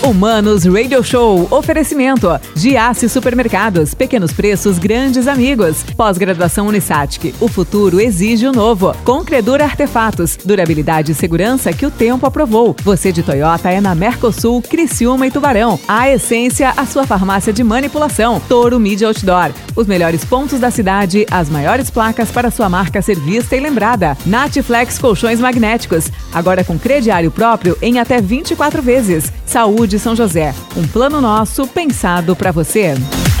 Humanos Radio Show. Oferecimento. Giasse Supermercados. Pequenos preços, grandes amigos. Pós-graduação Unisatic. O futuro exige o novo. Concredor Artefatos. Durabilidade e segurança que o tempo aprovou. Você de Toyota é na Mercosul, Criciúma e Tubarão. A Essência, a sua farmácia de manipulação. Toro Mídia Outdoor. Os melhores pontos da cidade, as maiores placas para sua marca ser vista e lembrada. Natiflex Colchões Magnéticos. Agora com crediário próprio em até 24 vezes. Saúde São José, um plano nosso pensado para você.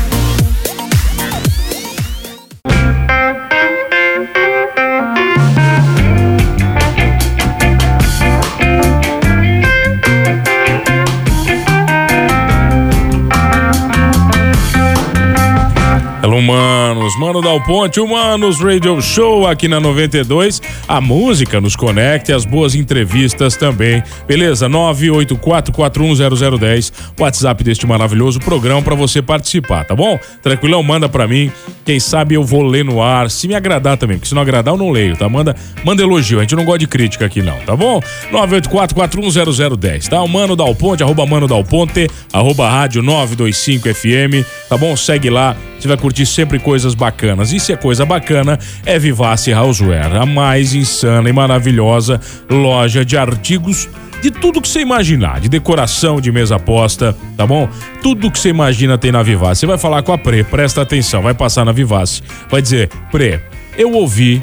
Alô, Humanos, Mano Dal Ponte, Humanos Radio Show aqui na 92. A música nos conecta e as boas entrevistas também. Beleza? 984410010, WhatsApp deste maravilhoso programa pra você participar, tá bom? Tranquilão, manda pra mim. Quem sabe eu vou ler no ar, se me agradar também, porque se não agradar eu não leio, tá? Manda elogio, a gente não gosta de crítica aqui não, tá bom? 984410010, tá? O Mano Dal Ponte, @Mano Dal Ponte, @Rádio 925FM, tá bom? Segue lá. Você vai curtir sempre coisas bacanas. E se é coisa bacana, é Vivace Houseware, a mais insana e maravilhosa loja de artigos de tudo que você imaginar, de decoração, de mesa posta, tá bom? Tudo que você imagina tem na Vivace. Você vai falar com a Prê, presta atenção, vai passar na Vivace, vai dizer: Prê, eu ouvi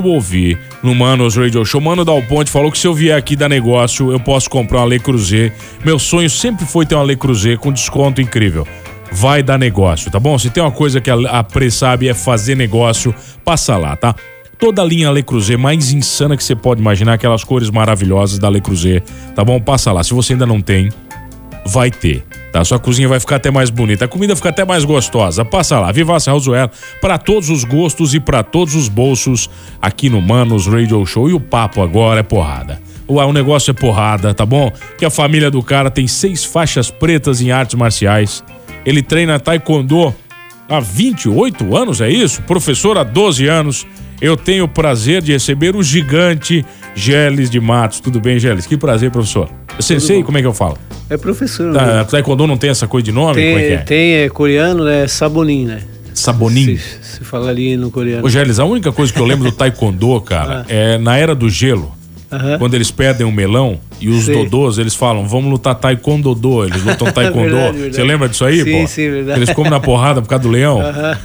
no Manos Radio Show, Mano Dal Ponte falou que se eu vier aqui dar negócio, eu posso comprar uma Le Creuset. Meu sonho sempre foi ter uma Le Creuset com desconto incrível. Vai dar negócio, tá bom? Se tem uma coisa que a Prê sabe é fazer negócio, passa lá, tá? Toda a linha Le Creuset mais insana que você pode imaginar, aquelas cores maravilhosas da Le Creuset, tá bom? Passa lá. Se você ainda não tem, vai ter, tá? Sua cozinha vai ficar até mais bonita, a comida fica até mais gostosa. Passa lá, Vivace Houseware, para todos os gostos e para todos os bolsos, aqui no Manos Radio Show. E o papo agora é porrada. O negócio é porrada, tá bom? Que a família do cara tem 6 faixas pretas em artes marciais. Ele treina taekwondo há 28 anos, é isso? Professor há 12 anos. Eu tenho o prazer de receber o gigante Geles de Matos. Tudo bem, Geles? Que prazer, professor. Sensei, como é que eu falo? É professor. Taekwondo não tem essa coisa de nome? Como é que é? Tem, é coreano, né? Sabonin, né? Sabonin? Se fala ali no coreano. Ô, Geles, a única coisa que eu lembro do taekwondo, cara, é na era do gelo. Quando eles perdem o melão e os dodôs, eles falam, vamos lutar taekwondo, eles lutam taekwondo. Verdade. Você lembra disso aí, pô? Sim, verdade. Eles comem na porrada por causa do leão,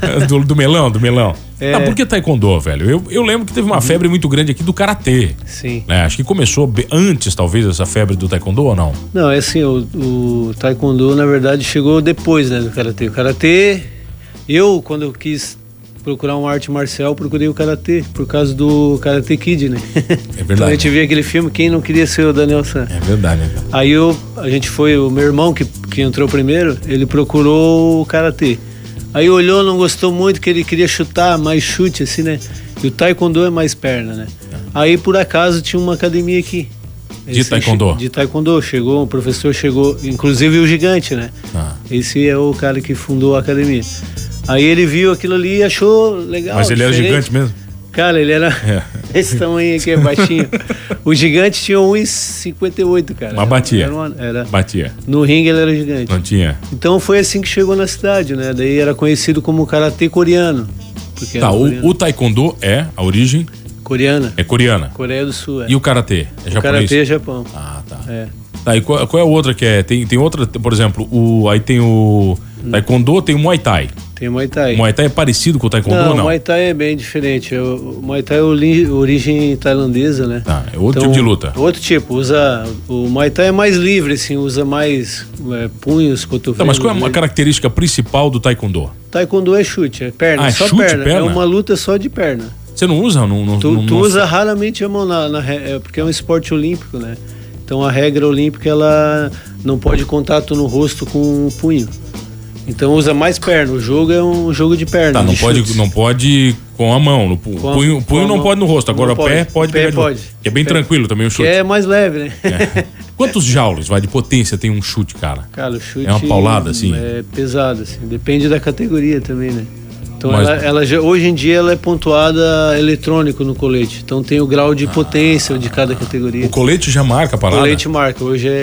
do melão. É. Ah, por que taekwondo, velho? Eu lembro que teve uma febre muito grande aqui do karatê. Sim. Né? Acho que começou antes, talvez, essa febre do taekwondo ou não? Não, é assim, o taekwondo, na verdade, chegou depois, né, do karatê. O karatê, quando eu quis procurar uma arte marcial, procurei o karatê, por causa do Karate Kid, né? É verdade. Então a gente via aquele filme, quem não queria ser o Daniel San? É verdade. Aí a gente foi, o meu irmão que entrou primeiro, ele procurou o karatê. Aí olhou, não gostou muito, que ele queria chutar, mais chute, assim, né? E o taekwondo é mais perna, né? Aí, por acaso, tinha uma academia aqui. De taekwondo? De taekwondo. O professor chegou, inclusive o gigante, né? Esse é o cara que fundou a academia. Aí ele viu aquilo ali e achou legal. Mas ele diferente. era gigante mesmo? Cara, ele era esse tamanho aqui, é baixinho. O gigante tinha 1,58, cara. Mas batia. Batia. No ringue ele era gigante. Não tinha. Então foi assim que chegou na cidade, né? Daí era conhecido como karatê coreano. Tá, o taekwondo é a origem? Coreana. É coreana? Coreia do Sul, é. E o karatê? É japonês? O karatê é Japão. Ah, tá. É. Tá, e qual é a outra que é? Tem outra, por exemplo, aí tem o taekwondo, tem o Muay Thai. Tem o Muay Thai. O Muay Thai é parecido com o taekwondo ou não? O Muay Thai é bem diferente. O Muay Thai é origem tailandesa, né? Tá, é outro tipo de luta. Outro tipo, o Muay Thai é mais livre, assim, usa mais punhos, cotovelos. Tá, mas qual é a característica principal do taekwondo? Taekwondo é chute, é perna, só chute, perna. É uma luta só de perna. Você não usa? Tu usa raramente a mão, porque é um esporte olímpico, né? Então a regra olímpica, ela não pode contato no rosto com o punho. Então usa mais perna. O jogo é um jogo de perna. Tá, não pode com a mão. O punho não pode no rosto. Agora o pé pode pegar de novo. Que é bem tranquilo também o chute. Que é mais leve, né? É. Quantos joules de potência tem um chute, cara? Cara, o chute é uma paulada, assim? É pesado, assim. Depende da categoria também, né? Então hoje em dia ela é pontuada eletrônico no colete. Então tem o grau de potência de cada categoria. O colete já marca a parada? O colete marca. Hoje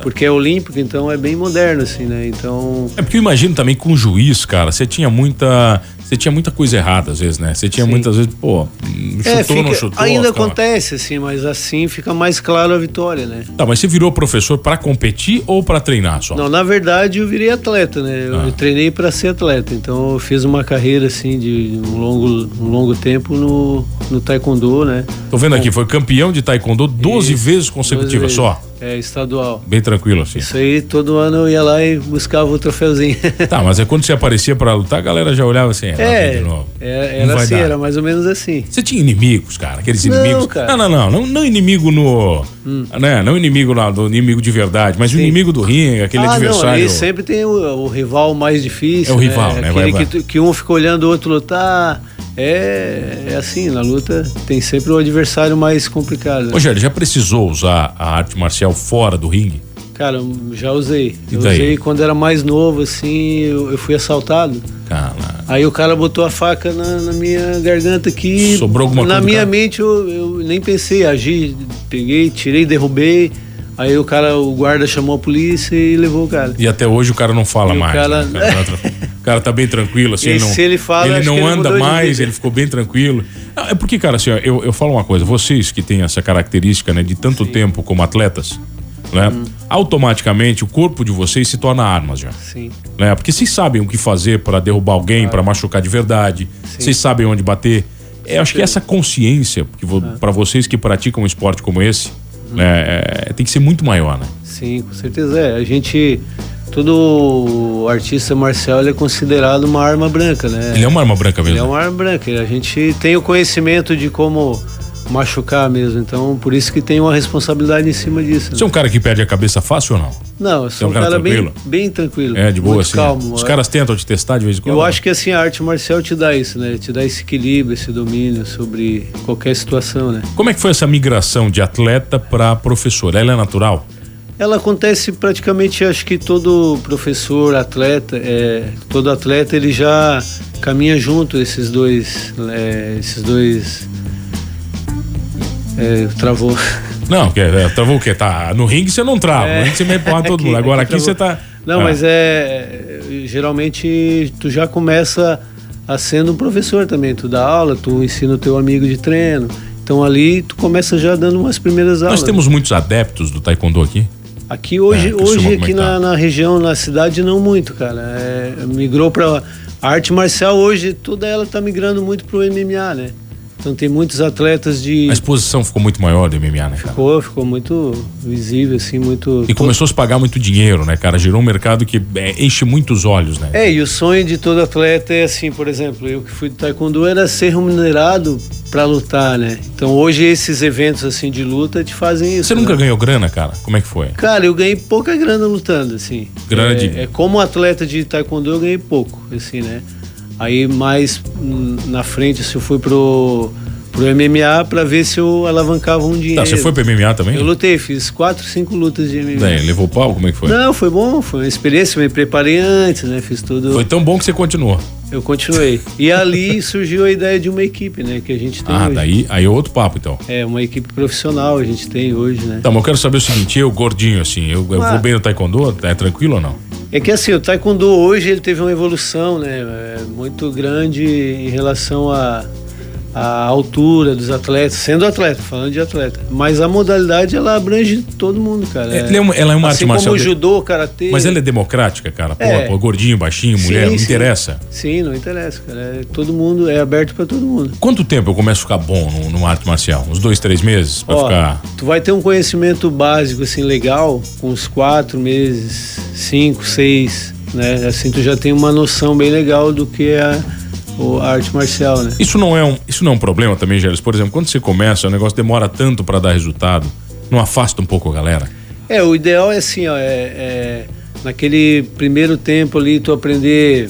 Porque é olímpico, então é bem moderno, assim, né? Então... É porque eu imagino também com o juiz, cara, você tinha muita coisa errada às vezes, né? Você tinha muitas vezes, pô, chutou, não chutou. Ainda acontece, assim, mas assim fica mais claro a vitória, né? Tá, mas você virou professor pra competir ou pra treinar só? Não, na verdade eu virei atleta, né? Eu treinei pra ser atleta, então eu fiz uma carreira, assim, de um longo tempo no taekwondo, né? Tô vendo aqui, foi campeão de taekwondo 12 vezes consecutivas só? É, estadual. Bem tranquilo, assim. Isso aí, todo ano eu ia lá e buscava o troféuzinho. Tá, mas é quando você aparecia pra lutar, a galera já olhava assim, de novo. Era assim, era mais ou menos assim. Você tinha inimigos, cara, aqueles inimigos. Cara. Não inimigo né? Não inimigo do inimigo de verdade, mas o inimigo do ringue, aquele adversário. Não, sempre tem o rival mais difícil. É o rival, né? Aquele que um fica olhando o outro lutar. É assim, na luta tem sempre o adversário mais complicado. Né? Rogério, já precisou usar a arte marcial fora do ringue? Cara, já usei. Eu usei quando era mais novo, assim, eu fui assaltado. Caramba. Aí o cara botou a faca na minha garganta aqui. Sobrou alguma coisa? Na minha mente eu nem pensei, agi, peguei, tirei, derrubei. Aí o guarda chamou a polícia e levou o cara. E até hoje o cara não fala mais. O cara tá bem tranquilo, assim. Se ele fala, ele não anda mais, ele ficou bem tranquilo. É porque, cara, assim, ó, eu falo uma coisa, vocês que têm essa característica, né, de tanto tempo como atletas, né? Automaticamente o corpo de vocês se torna armas já. Sim. Né? Porque vocês sabem o que fazer para derrubar alguém, para machucar de verdade. Vocês sabem onde bater. Eu acho que essa consciência, para vocês que praticam um esporte como esse, né, tem que ser muito maior, né? Sim, com certeza. Todo artista marcial ele é considerado uma arma branca, né? Ele é uma arma branca mesmo? Ele é uma arma branca. A gente tem o conhecimento de como machucar mesmo, então por isso que tem uma responsabilidade em cima disso. Você é um cara que perde a cabeça fácil ou não? Não, eu sou um cara bem tranquilo. É, de boa, muito assim. calmo. Os caras tentam te testar de vez em quando? Eu acho que assim, a arte marcial te dá isso, né? Te dá esse equilíbrio, esse domínio sobre qualquer situação, né? Como é que foi essa migração de atleta para professor? Ela é natural? Ela acontece praticamente, acho que todo professor, atleta, todo atleta ele já caminha junto esses dois travou. Não, travou o quê? Tá, no ringue você não trava, no ringue você me empurra todo mundo. Agora aqui você tá... Não, mas geralmente tu já começa a sendo um professor também, tu dá aula, tu ensina o teu amigo de treino, então ali tu começa já dando umas primeiras aulas. Nós temos muitos adeptos do taekwondo aqui? Aqui hoje aqui na região, na cidade, não muito, cara. Migrou pra a arte marcial hoje, toda ela tá migrando muito pro MMA, né? Então tem muitos atletas de... A exposição ficou muito maior do MMA, né, cara? Ficou muito visível, assim, muito... E começou a se pagar muito dinheiro, né, cara? Gerou um mercado que enche muitos olhos, né? E o sonho de todo atleta é assim, por exemplo, eu que fui do taekwondo era ser remunerado pra lutar, né? Então hoje esses eventos, assim, de luta te fazem isso. Você nunca ganhou grana, cara? Como é que foi? Cara, eu ganhei pouca grana lutando, assim. Grana de... como atleta de taekwondo eu ganhei pouco, assim, né? Aí mais na frente eu fui pro MMA pra ver se eu alavancava um dinheiro. Tá, você foi pro MMA também? Eu lutei, fiz 4, 5 lutas de MMA. Daí, levou pau? Como é que foi? Não, foi bom, foi uma experiência, me preparei antes, né? Fiz tudo. Foi tão bom que você continuou. Eu continuei. E ali surgiu a ideia de uma equipe, né? Que a gente tem hoje. Aí é outro papo, então. Uma equipe profissional a gente tem hoje, né? Tá, mas eu quero saber o seguinte, eu gordinho assim, eu vou bem no taekwondo, é tranquilo ou não? É que assim, o taekwondo hoje ele teve uma evolução, né? Muito grande em relação à altura dos atletas, sendo atleta, falando de atleta. Mas a modalidade, ela abrange todo mundo, cara. Ela é uma arte marcial. Assim como o judô, karatê. Mas ela é democrática, cara? Pô, gordinho, baixinho, mulher, não interessa? Sim, não interessa, cara. Todo mundo, é aberto pra todo mundo. Quanto tempo eu começo a ficar bom numa arte marcial? Uns 2, 3 meses? Pra ficar... Tu vai ter um conhecimento básico, assim, legal, com uns 4 meses, 5, 6, né? Assim, tu já tem uma noção bem legal do que é a arte marcial, né? Isso não é um problema também, Gélis? Por exemplo, quando você começa, o negócio demora tanto pra dar resultado, não afasta um pouco a galera? O ideal é assim, ó, naquele primeiro tempo ali, tu aprender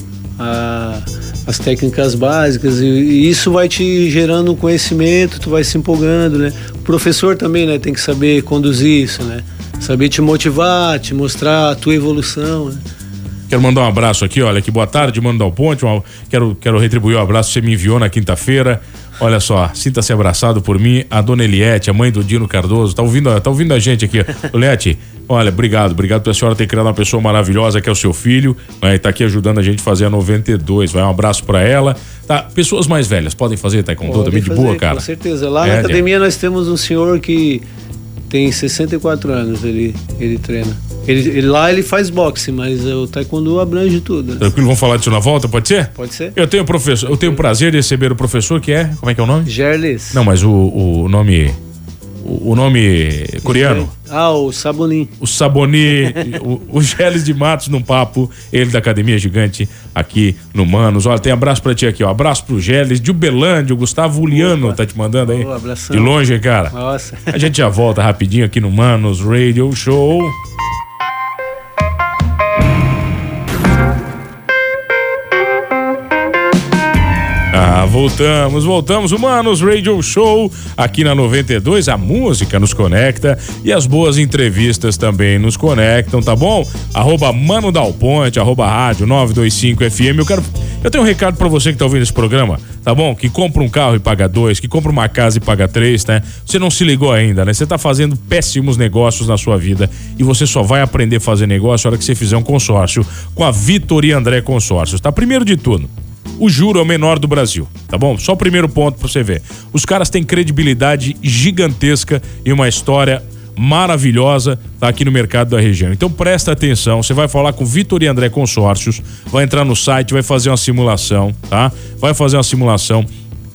as técnicas básicas e isso vai te gerando um conhecimento, tu vai se empolgando, né? O professor também, né, tem que saber conduzir isso, né? Saber te motivar, te mostrar a tua evolução, né? Quero mandar um abraço aqui, olha, que boa tarde, Mano Dal Ponte, quero retribuir o abraço que você me enviou na quinta-feira. Olha só, sinta-se abraçado por mim, a dona Eliette, a mãe do Dino Cardoso, tá ouvindo a gente aqui. Eliette, olha, obrigado pela senhora ter criado uma pessoa maravilhosa que é o seu filho, né, e tá aqui ajudando a gente a fazer a 92. Vai, um abraço pra ela. Tá, pessoas mais velhas podem fazer taekwondo também de boa, cara? Com certeza. Lá na academia nós temos um senhor que tem 64 anos, ele treina. Lá ele faz boxe, mas o taekwondo abrange tudo. Né? Tranquilo, vamos falar disso na volta, pode ser? Pode ser. Eu tenho o prazer de receber o professor que é, como é que é o nome? Gerles. Não, mas o nome coreano. O Saboni. O Saboni, o Geles de Matos num papo, ele da Academia Gigante aqui no Manos. Olha, tem abraço pra ti aqui, ó. Abraço pro Geles de Uberlândia, o Gustavo Uliano tá te mandando aí. Abração. De longe, cara. Nossa. A gente já volta rapidinho aqui no Manos Radio Show. Voltamos, Humanos Radio Show, aqui na 92, a música nos conecta e as boas entrevistas também nos conectam, tá bom? @Mano Dal Ponte, @Rádio 925 FM. Eu tenho um recado pra você que tá ouvindo esse programa, tá bom? Que compra um carro e paga 2, que compra uma casa e paga 3, né? Você não se ligou ainda, né? Você tá fazendo péssimos negócios na sua vida e você só vai aprender a fazer negócio na hora que você fizer um consórcio com a Vitor e André Consórcios, tá? Primeiro de tudo, o juro é o menor do Brasil, tá bom? Só o primeiro ponto pra você ver. Os caras têm credibilidade gigantesca e uma história maravilhosa, tá, aqui no mercado da região. Então presta atenção, você vai falar com Vitor e André Consórcios, vai entrar no site, vai fazer uma simulação, tá? Vai fazer uma simulação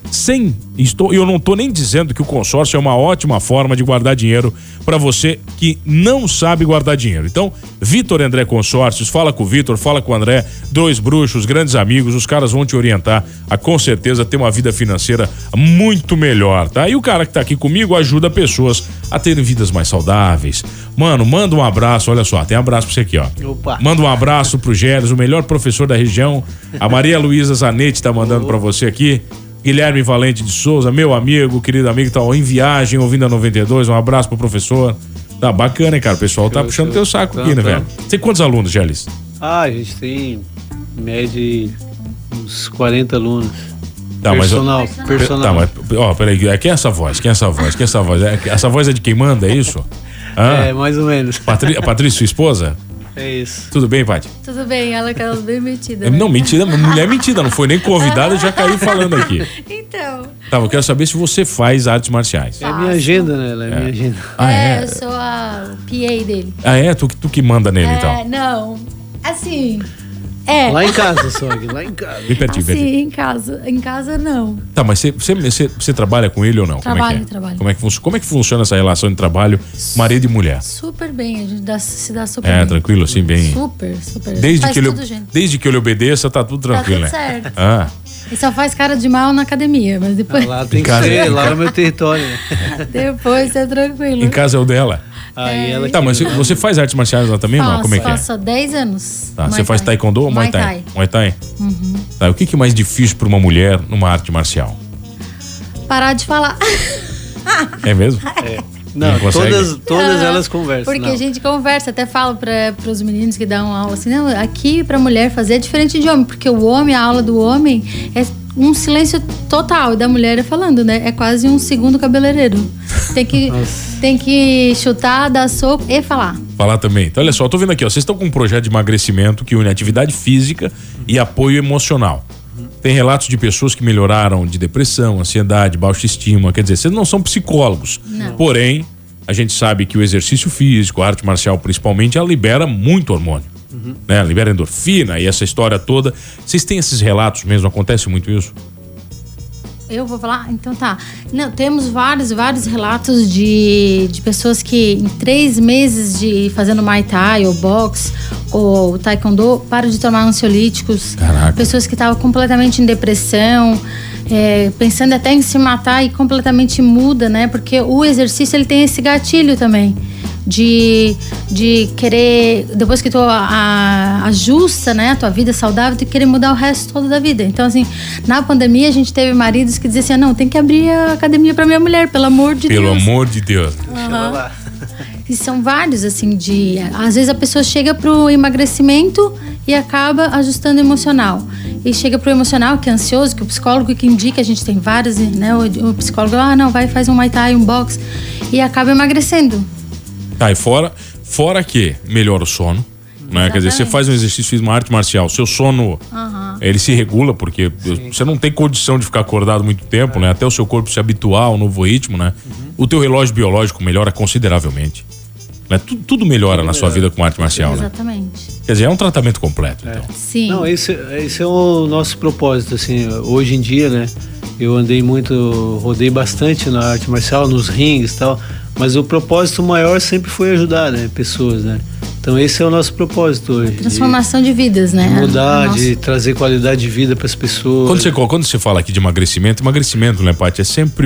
eu não tô nem dizendo que o consórcio é uma ótima forma de guardar dinheiro para você que não sabe guardar dinheiro. Então, Vitor e André Consórcios, fala com o Vitor, fala com o André, 2 bruxos, grandes amigos, os caras vão te orientar a com certeza ter uma vida financeira muito melhor, tá? E o cara que tá aqui comigo ajuda pessoas a terem vidas mais saudáveis. Mano, manda um abraço, olha só, tem abraço pra você aqui, ó. Opa. Manda um abraço pro Gélis, o melhor professor da região. A Maria Luísa Zanetti tá mandando pra você aqui. Guilherme Valente de Souza, meu amigo, querido amigo, tá em viagem, ouvindo a 92, um abraço pro professor. Tá bacana, hein, cara? O pessoal tá puxando teu saco aqui, né, velho? Tem quantos alunos, Gélis? A gente tem, em média, uns 40 alunos. Tá, personal. Tá, mas, ó, peraí, quem é essa voz? Essa voz é de quem manda, é isso? É, mais ou menos. Patrícia, sua esposa? É isso. Tudo bem, Paty? Tudo bem, ela é bem metida. Né? Não, mentira, mulher metida, não foi nem convidada, já caiu falando aqui. Então. Tá, eu quero saber se você faz artes marciais. É minha agenda, né? Ela é minha agenda. Eu sou a PA dele. Tu que manda nele, então? Não, assim... Lá em casa, Sog, lá em casa. Bem pertinho, Sim, em casa não. Tá, mas você trabalha com ele ou não? Trabalho. Como é que funciona essa relação de trabalho marido e mulher? Super bem, a gente se dá super bem. Tranquilo, assim, bem. Super. Desde que ele obedeça, tá tudo tranquilo, tá tudo né? certo. E só faz cara de mal na academia, mas depois... Lá tem que ser, lá é o meu território. Depois é tranquilo. Em casa é o dela. Ela tá, mas você faz artes marciais lá também, não? Como é que é? Faço há 10 anos. Tá, você faz taekwondo ou Muay Thai? Muay Thai? Uhum. Tá, o que é mais difícil pra uma mulher numa arte marcial? Parar de falar. É mesmo? Não, todas elas conversam. Porque a gente conversa, até falo para os meninos que dão aula assim, não, aqui pra mulher fazer é diferente de homem, porque o homem, a aula do homem é um silêncio total, e da mulher é falando, né? É quase um segundo cabeleireiro. Tem que chutar, dar soco e falar. Falar também. Então, olha só, eu tô vendo aqui, ó, vocês estão com um projeto de emagrecimento que une atividade física e apoio emocional. Tem relatos de pessoas que melhoraram de depressão, ansiedade, baixa estima. Quer dizer, vocês não são psicólogos. Não. Porém, a gente sabe que o exercício físico, a arte marcial principalmente, ela libera muito hormônio. Né? Libera endorfina e essa história toda. Vocês têm esses relatos mesmo? Acontece muito isso? Eu vou falar? Então tá. Não, temos vários relatos de pessoas que em 3 meses de fazendo Muay Thai ou boxe ou taekwondo param de tomar ansiolíticos. Caraca. Pessoas que estavam completamente em depressão, pensando até em se matar e completamente muda, né? Porque o exercício ele tem esse gatilho também. De querer, depois que tu ajusta, né, a tua vida saudável, tu querer mudar o resto todo da vida. Então, assim, na pandemia a gente teve maridos que diziam assim, não, tem que abrir a academia pra minha mulher, pelo amor de Deus. Pelo amor de Deus. E são vários, assim, às vezes a pessoa chega pro emagrecimento e acaba ajustando emocional. e chega pro emocional, que é ansioso, que o psicólogo que indica, a gente tem vários, né? O psicólogo, não, vai, faz um Muay Thai, um boxe, e acaba emagrecendo. Tá, e fora que melhora o sono, né? Quer dizer, você faz um exercício, faz uma arte marcial, seu sono, ele se regula, porque você não tem condição de ficar acordado muito tempo, né? Até o seu corpo se habituar ao novo ritmo, né? O teu relógio biológico melhora consideravelmente. Né? Tudo melhora na sua vida com arte marcial, né? Exatamente. Quer dizer, é um tratamento completo, então. Sim. Não, esse é o nosso propósito, assim, hoje em dia, né? Eu rodei bastante na arte marcial, nos rings e tal, mas o propósito maior sempre foi ajudar, né? Pessoas, né? Então esse é o nosso propósito hoje. Transformação de vidas, né? De mudar, de trazer qualidade de vida para as pessoas. Quando você fala aqui de emagrecimento, né, Paty, é sempre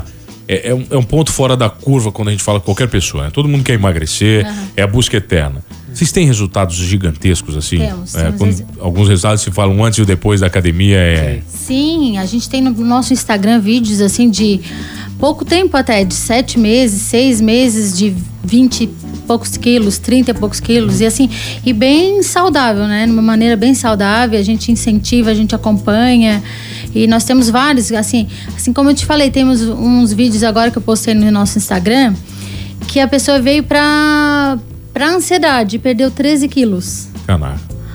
é um ponto fora da curva quando a gente fala com qualquer pessoa, né? Todo mundo quer emagrecer, é a busca eterna. Vocês têm resultados gigantescos, assim? Temos alguns resultados se falam antes e depois da academia. Sim, a gente tem no nosso Instagram vídeos, assim, de pouco tempo até, de 7 meses, 6 meses, de 20 e poucos quilos, 30 e poucos quilos, e assim, e bem saudável, né? De uma maneira bem saudável, a gente incentiva, a gente acompanha, e nós temos vários, assim como eu te falei, temos uns vídeos agora que eu postei no nosso Instagram, que a pessoa veio pra ansiedade, perdeu 13 quilos. Caraca.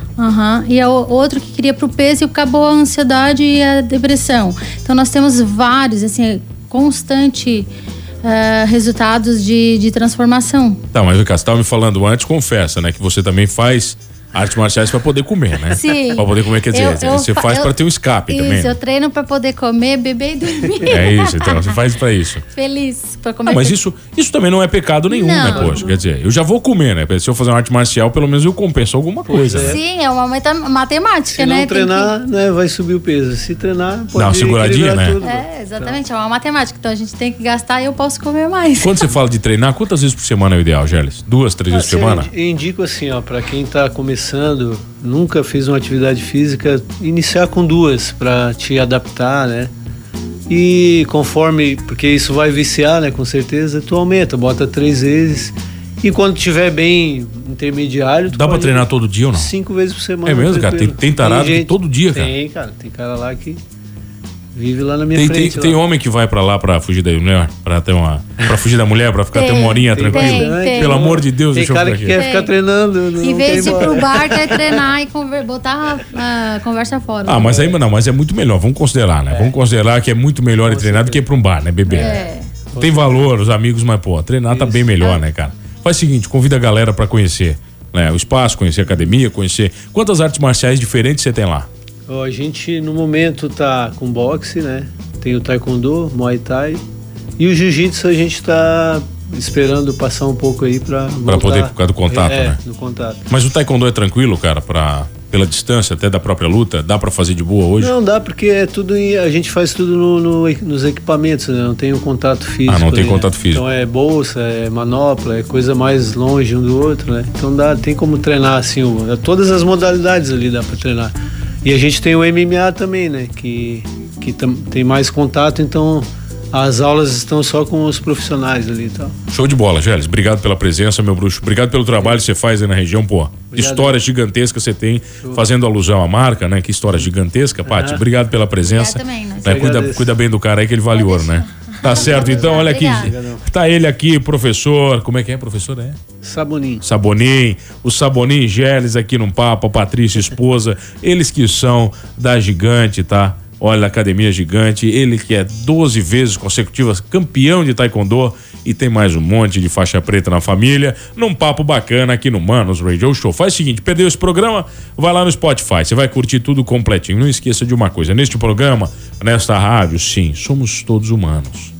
E é outro que queria pro peso e acabou a ansiedade e a depressão. Então nós temos vários, assim, constante resultados de transformação. Tá, mas o você estava me falando antes, confessa, né? Que você também faz artes marciais para poder comer, né? Sim. Para poder comer, quer dizer, você faz para ter um escape isso, também. Isso, eu treino para poder comer, beber e dormir. É isso, então você faz para isso. Feliz para comer. Mas isso também não é pecado nenhum, né, poxa? Quer dizer, eu já vou comer, né? Se eu fazer uma arte marcial, pelo menos eu compenso alguma coisa. É. Sim, é uma matemática, Se né? não treinar, né, vai subir o peso. Se treinar, pode dar uma seguradinha, né? tudo. Exatamente, é uma matemática. Então a gente tem que gastar e eu posso comer mais. Quando você fala de treinar, quantas vezes por semana é o ideal, Gélis? 2, 3 vezes por semana? Eu indico assim, ó, para quem tá começando, nunca fez uma atividade física, iniciar com 2 para te adaptar, né? E conforme, porque isso vai viciar, né? Com certeza, tu aumenta, bota 3 vezes. E quando tiver bem intermediário, tu dá pra treinar todo dia ou não? 5 vezes por semana. É mesmo, cara? Tem tarado que todo dia, cara. Tem, cara. Tem cara lá que vive lá na minha frente. Tem homem que vai pra lá pra fugir da mulher, pra fugir da mulher, pra ficar até uma horinha tranquilo. Pelo amor de Deus, deixa eu ver aqui. Tem cara que quer ficar treinando. Em vez de ir pro bar, quer treinar e botar a conversa fora. Mas aí mas é muito melhor, vamos considerar, né? Vamos considerar que é muito melhor ir treinar do que ir pra um bar, né? Beber. Tem valor, os amigos, mas pô, treinar tá bem melhor, né, cara? Faz o seguinte, convida a galera pra conhecer, né? O espaço, conhecer a academia, conhecer. Quantas artes marciais diferentes você tem lá? A gente no momento tá com boxe, né? Tem o taekwondo, muay thai e o jiu-jitsu a gente tá esperando passar um pouco aí pra poder, por causa do contato, né? Do contato. Mas o taekwondo é tranquilo, cara, pela distância até da própria luta, dá pra fazer de boa hoje? Não dá, porque é tudo a gente faz tudo nos equipamentos, né? Não tem um contato físico. Não tem contato físico. Então é bolsa, é manopla, é coisa mais longe um do outro, né? Então tem como treinar assim, todas as modalidades ali dá pra treinar. E a gente tem o MMA também, né? Que tem mais contato, então as aulas estão só com os profissionais ali e tal. Show de bola, Gélis. Obrigado pela presença, meu bruxo. Obrigado pelo trabalho que você faz aí na região, pô. Obrigado. História gigantesca você tem, fazendo alusão à marca, né? Que história gigantesca, Paty. Obrigado pela presença. Obrigado também, né? Cuida bem do cara aí que ele vale ouro, né? Tá certo, então olha aqui, tá ele aqui, professor, como é que é, professor? Sabonim, o Sabonim Gélis aqui no papo, a Patrícia, esposa, eles que são da Gigante, tá? Olha, a Academia Gigante, ele que é 12 vezes consecutivas campeão de taekwondo e tem mais um monte de faixa preta na família, num papo bacana aqui no Manos Radio Show. Faz o seguinte, perdeu esse programa? Vai lá no Spotify, você vai curtir tudo completinho. Não esqueça de uma coisa, neste programa, nesta rádio, sim, somos todos humanos.